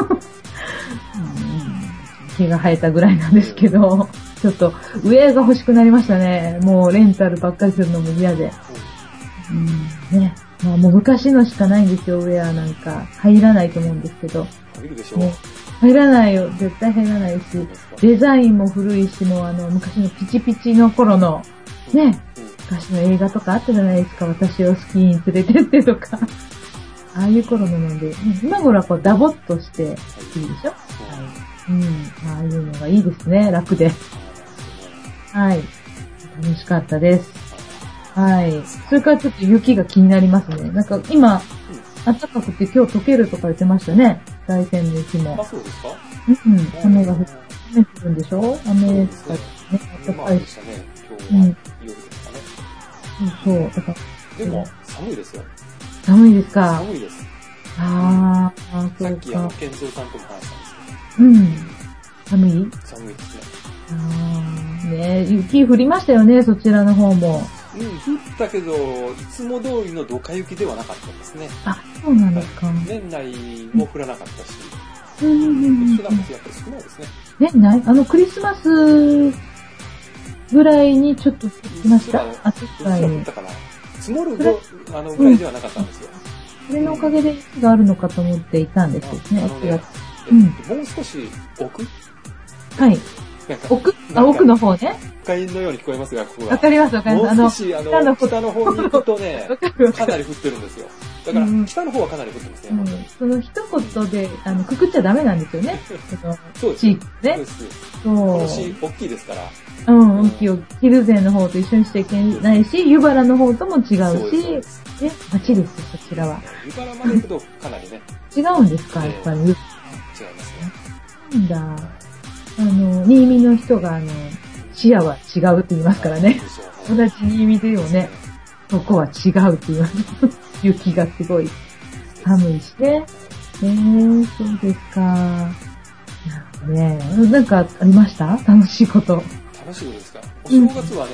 毛が生えたぐらいなんですけど、ちょっと、ウェアが欲しくなりましたね。もうレンタルばっかりするのも嫌で。ね。もう昔のしかないんですよ、ウェアなんか。入らないと思うんですけど。 入るでしょう。 入らないよ。絶対入らないし。デザインも古いし、もう昔のピチピチの頃の、ね。昔の映画とかあったじゃないですか。私をスキーに連れてってとか。ああいう頃のなんで、今頃はこうダボっとしていいでしょ？ああいうのがいいですね、楽で。はい。楽しかったです。はい。それからちょっと雪が気になりますね。なんか今、暖かくて今日溶けるとか言ってましたね。大山の雪も。 あ、そうですか？ 雨が降るんでしょ？雨とかね、暖かいし。 今日は夜ですかね。 そう。だから。 でも、寒いですよ。 寒いですか？ 寒いです。 あ、 そうか。さっき健三さんとも話したんですけど。 寒い？ 寒いですね。ね、雪降りましたよね、そちらの方も。 降ったけど、いつも通りのドカ雪ではなかったですね。 あ、そうなんですか。 年内も降らなかったし。今年なんかやっぱり少ないですね。 年内？クリスマスぐらいにちょっと降りました？ ぐらいに。降ったかな。積もるぐらいではなかったんですよ。 それのおかげで雪があるのかと思っていたんですけどね。 もう少し奥？ はい。奥の方ね。 都会のように聞こえますが、ここが。 わかります。もう少し、北の方に行くとね、かなり降ってるんですよ。だから、北の方はかなり降ってますね。 その一言で、くくっちゃダメなんですよね。 そうです。 地域ね。 そう。今年、大きいですから。 大きいよ。ヒルゼンの方と一緒にしちゃいけないし、湯原の方とも違うし、ね、町です、そちらは。 湯原まで行くとかなりね。 違うんですか、やっぱり。違いますね。なんだ。新見の人が、視野は違うって言いますからね。同じ新見でよね。そこは違うって言います。雪がすごい寒いしね。そうですか。ねなんかありました？楽しいこと。 楽しいことですか？お正月はね、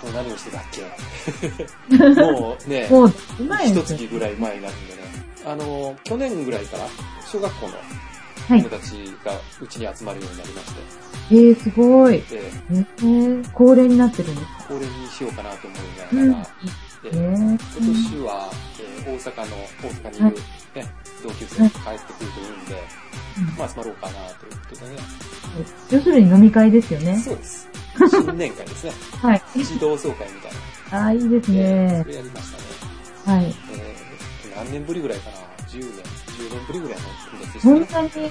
何をしてたっけもうね、もう一月ぐらい前になるんでね。去年ぐらいから小学校の友達がうちに集まるようになりまして。 すごい。恒例になってるんですか？ 恒例にしようかなと思いながら、今年は、大阪にいる、ね、同級生が帰ってくるというんで、まあ集まろうかなということでね。 要するに飲み会ですよね。 そうです。新年会ですね。 はい。 一同窓会みたいな。 いいですね。 それやりましたね。 はい。 何年ぶりぐらいかな。10年ぶりぐらいの友達でしたね。 本当に。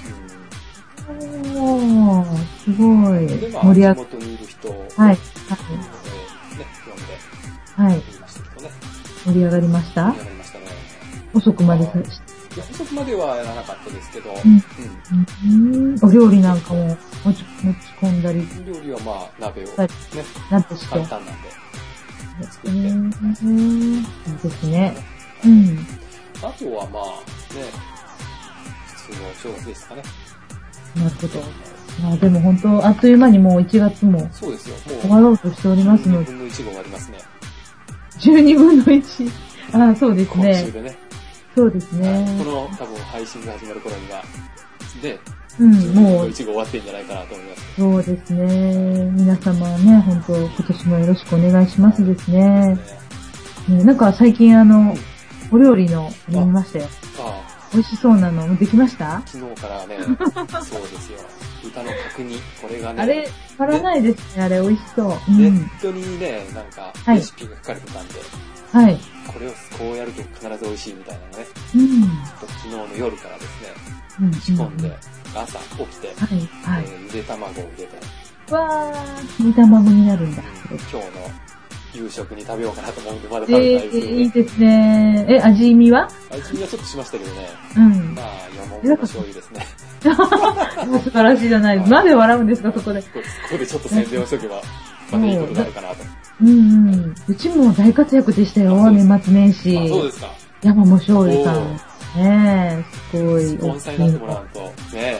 すごい。 で、まあ、地元にいる人を、 はい。 ね、呼んで、 はい。 やりましたけどね。 盛り上がりました？ 盛り上がりましたね。 遅くまでいや、遅くまではやらなかったですけど、 お料理なんかも持ち込んだり。 料理はまあ、鍋をね、 鍋して。 簡単なんで、作って。いいですね。 あとはまあ、ね、普通の正月ですかね。 なるほど。でも本当、あっという間にもう1月も。 そうですよ。もう終わろうとしておりますので。 12分の1が終わりますね。 12分の1。そうですね。 今週でね。 そうですね。 この多分配信が始まる頃には、で、 もう、 1が終わってんじゃないかなと思います。 そうですね。皆様ね、本当今年もよろしくお願いしますですね。なんか最近お料理の見ましたよ。美味しそうなのできました？ 昨日からね、そうですよ。豚の角煮、これがね。 あれ、変わらないですね、あれ美味しそう。 ネットにね、なんか、レシピが書かれてたんで、 はい。 これをこうやると必ず美味しいみたいなのね。ちょっと昨日の夜からですね、仕込んで、朝起きて、ゆで卵を入れて。 わー、煮卵になるんだ。 今日の夕食に食べようかなと思うんで、まだ食べたいですけどね。 いいですね。味見は味見はちょっとしましたけどね。まあ、山本の醤油ですね。 素晴らしいじゃないですか。なんで笑うんですか、そこで。 ここでちょっと宣伝をしとけば、またいいことがあるかなと。 うちも大活躍でしたよ、年末年始。 そうですか。 山本醤油さん。ねすごい。 スポンサーになってもらうと。ね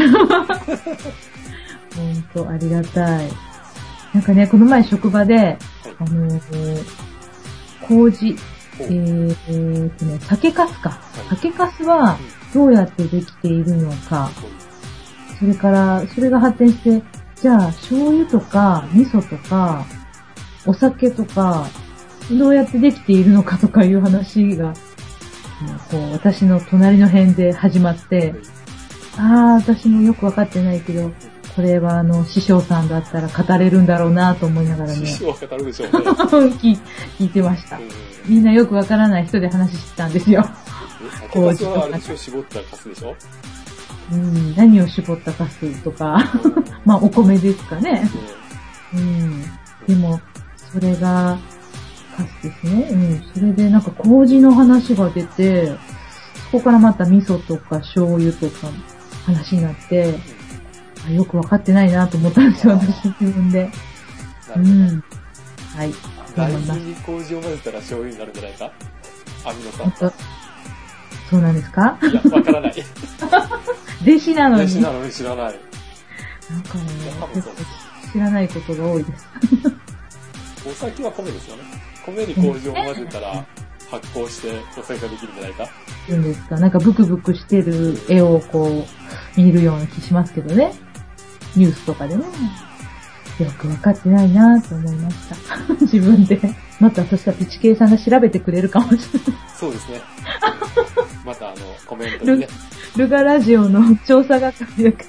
本当ありがたい。なんかね、この前職場で、麹、酒粕か。酒粕はどうやってできているのか。それから、それが発展して、じゃあ、醤油とか、味噌とか、お酒とか、どうやってできているのかとかいう話が、私の隣の辺で始まって、私もよくわかってないけど、これは師匠さんだったら語れるんだろうなと思いながらね。 師匠は語るでしょうね。 聞いてました。みんなよくわからない人で話してたんですよ。 酒粕はあれでしょ、絞った粕でしょ？ 何を絞った粕とか、まあお米ですかね。でも、それが、粕ですね。それでなんか麹の話が出て、そこからまた味噌とか醤油とか話になって、よくわかってないなと思ったんですよ、私自分で。はい。 大豆に麹を混ぜたら醤油になるんじゃないか？アミノ酸。 そうなんですか？ いや、わからない。 弟子なのに。 弟子なのに知らない。 なんかね、知らないことが多いです。 お酒は米ですよね。米に麹を混ぜたら発酵してお酒ができるんじゃないか？ いいんですか？なんかブクブクしてる絵を見るような気しますけどね。ニュースとかでね。よくわかってないなと思いました。自分で。またそしたらピチケイさんが調べてくれるかもしれない。 そうですね。またコメントにね。 ルガラジオの調査係だから。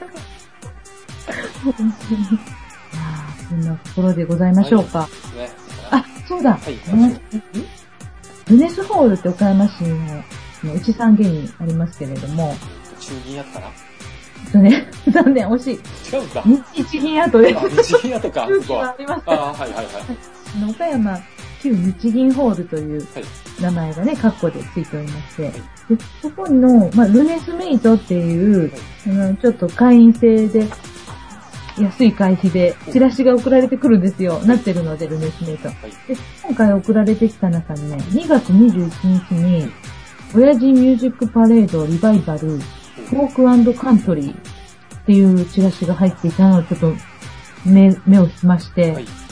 そんなところでございましょうか。 ですね。 そうだ。ルネスホールって岡山市の内三軒にありますけれども。 中銀やったな。 残念、惜しい。 違うんか。 日銀跡です。 日銀跡か、そこは。 あります。 はい。 岡山旧日銀ホールという名前がね、カッコでついておりまして、でそこの、ルネスメイトっていう、ちょっと会員制で、安い会費でチラシが送られてくるんですよ。なってるので、ルネスメイト。で、今回送られてきた中にね、2月21日に、親父ミュージックパレードリバイバル、フォーク&カントリーっていうチラシが入っていたのをちょっと目を引きまして、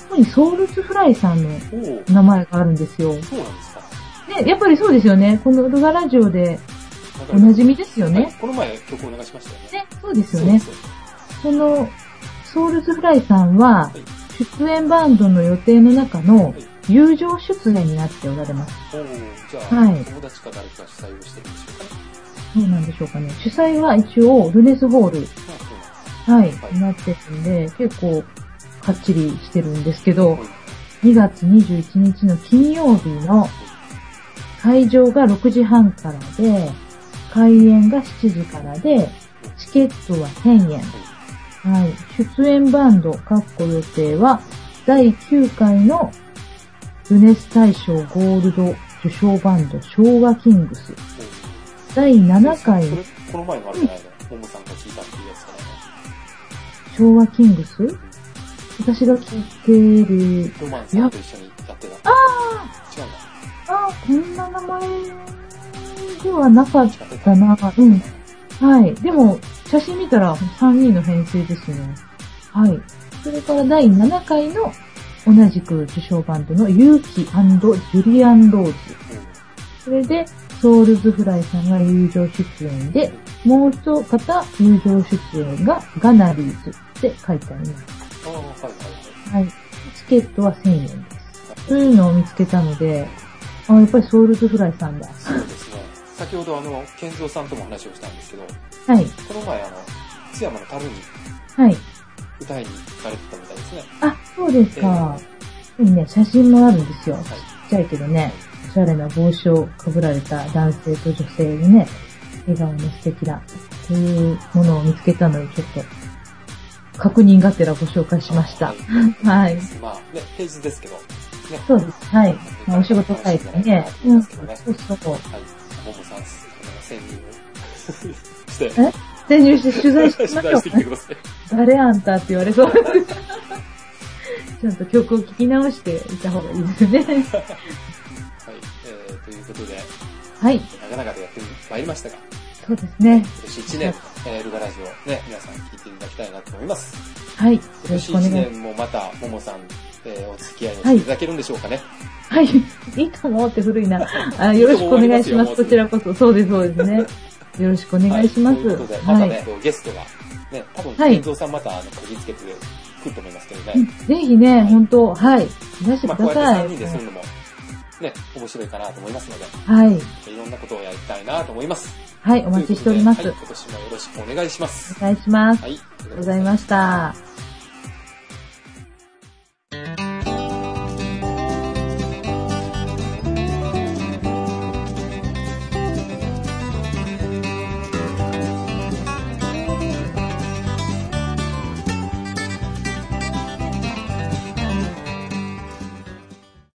ここにソウルツフライさんの名前があるんですよ。 そうなんですか。 ね、やっぱりそうですよね。このルガラジオでおなじみですよね。はい、 この前曲を流しましたよね。 ね、そうですよね。そのソウルツフライさんは、出演バンドの予定の中の友情出演になっておられます。 じゃあ、はい、友達か誰か主催をしてるんでしょうかね。 そうなんでしょうかね。主催は一応ルネスホール、はい、になってるんで、結構かっちりしてるんですけど、2月21日の金曜日の会場が6時半からで、開演が7時からで、チケットは1000円。はい。出演バンド、予定は、第9回のルネス大賞ゴールド受賞バンド、昭和キングス。第7回。 この前のあれじゃないの、ももさんが聞いたっていうやつかな。 昭和キングス私が聞いてる。 ロマンさんと一緒にやってた。 ああ違うんだ。ああ、こんな名前ではなかったな。うん。はい。でも、写真見たら3人の編成ですね。はい。それから第7回の同じく受賞バンドのユーキ&ジュリアン・ローズ。それで、ソウルズフライさんが友情出演で、もう一方友情出演がガナリーズって書いてあります。はい。チケットは1000円です。そういうのを見つけたので、あ、やっぱりソウルズフライさんだ。 そうですね。先ほど健三さんとも話をしたんですけど、 はい。 この前津山の樽に、 はい。 歌いに行かれてたみたいですね。 あ、そうですか。ね、写真もあるんですよ。はい、ちっちゃいけどね、おしゃれな帽子をかぶられた男性と女性にね、笑顔の素敵な、そういうものを見つけたので、ちょっと、確認がてらご紹介しました。はい。はい、 まあね、平日ですけど、ね。 そうです。はい。まあ、お仕事帰ってね。うん。そうそう。はい。 ももさん、潜入をして。 潜入して取材してきましょう。 取材してきてください。 誰あんたって言われそう。ちゃんと曲を聴き直していた方がいいですね。はい。 ということで。 はい。 長々とやってまいりましたが。 そうですね。 今年1年、ルガラジオね、皆さん聞いていただきたいなと思います。 はい。 今年1年もまた、ももさん、お付き合いをしていただけるんでしょうかね。 はい。いいと思って古いな。よろしくお願いします。こちらこそ。そうです、そうですね。よろしくお願いします。ということで、またね、ゲストが、ね、多分、健三さんまた、嗅ぎつけてくると思いますけどね。 ぜひね、本当はい。いらしてください。 こうやって3人でするのも、ね、面白いかなと思いますので。 はい。 いろんなことをやりたいなと思います。 はい、お待ちしております。 今年もよろしくお願いします。 お願いします。はい。ありがとうございました。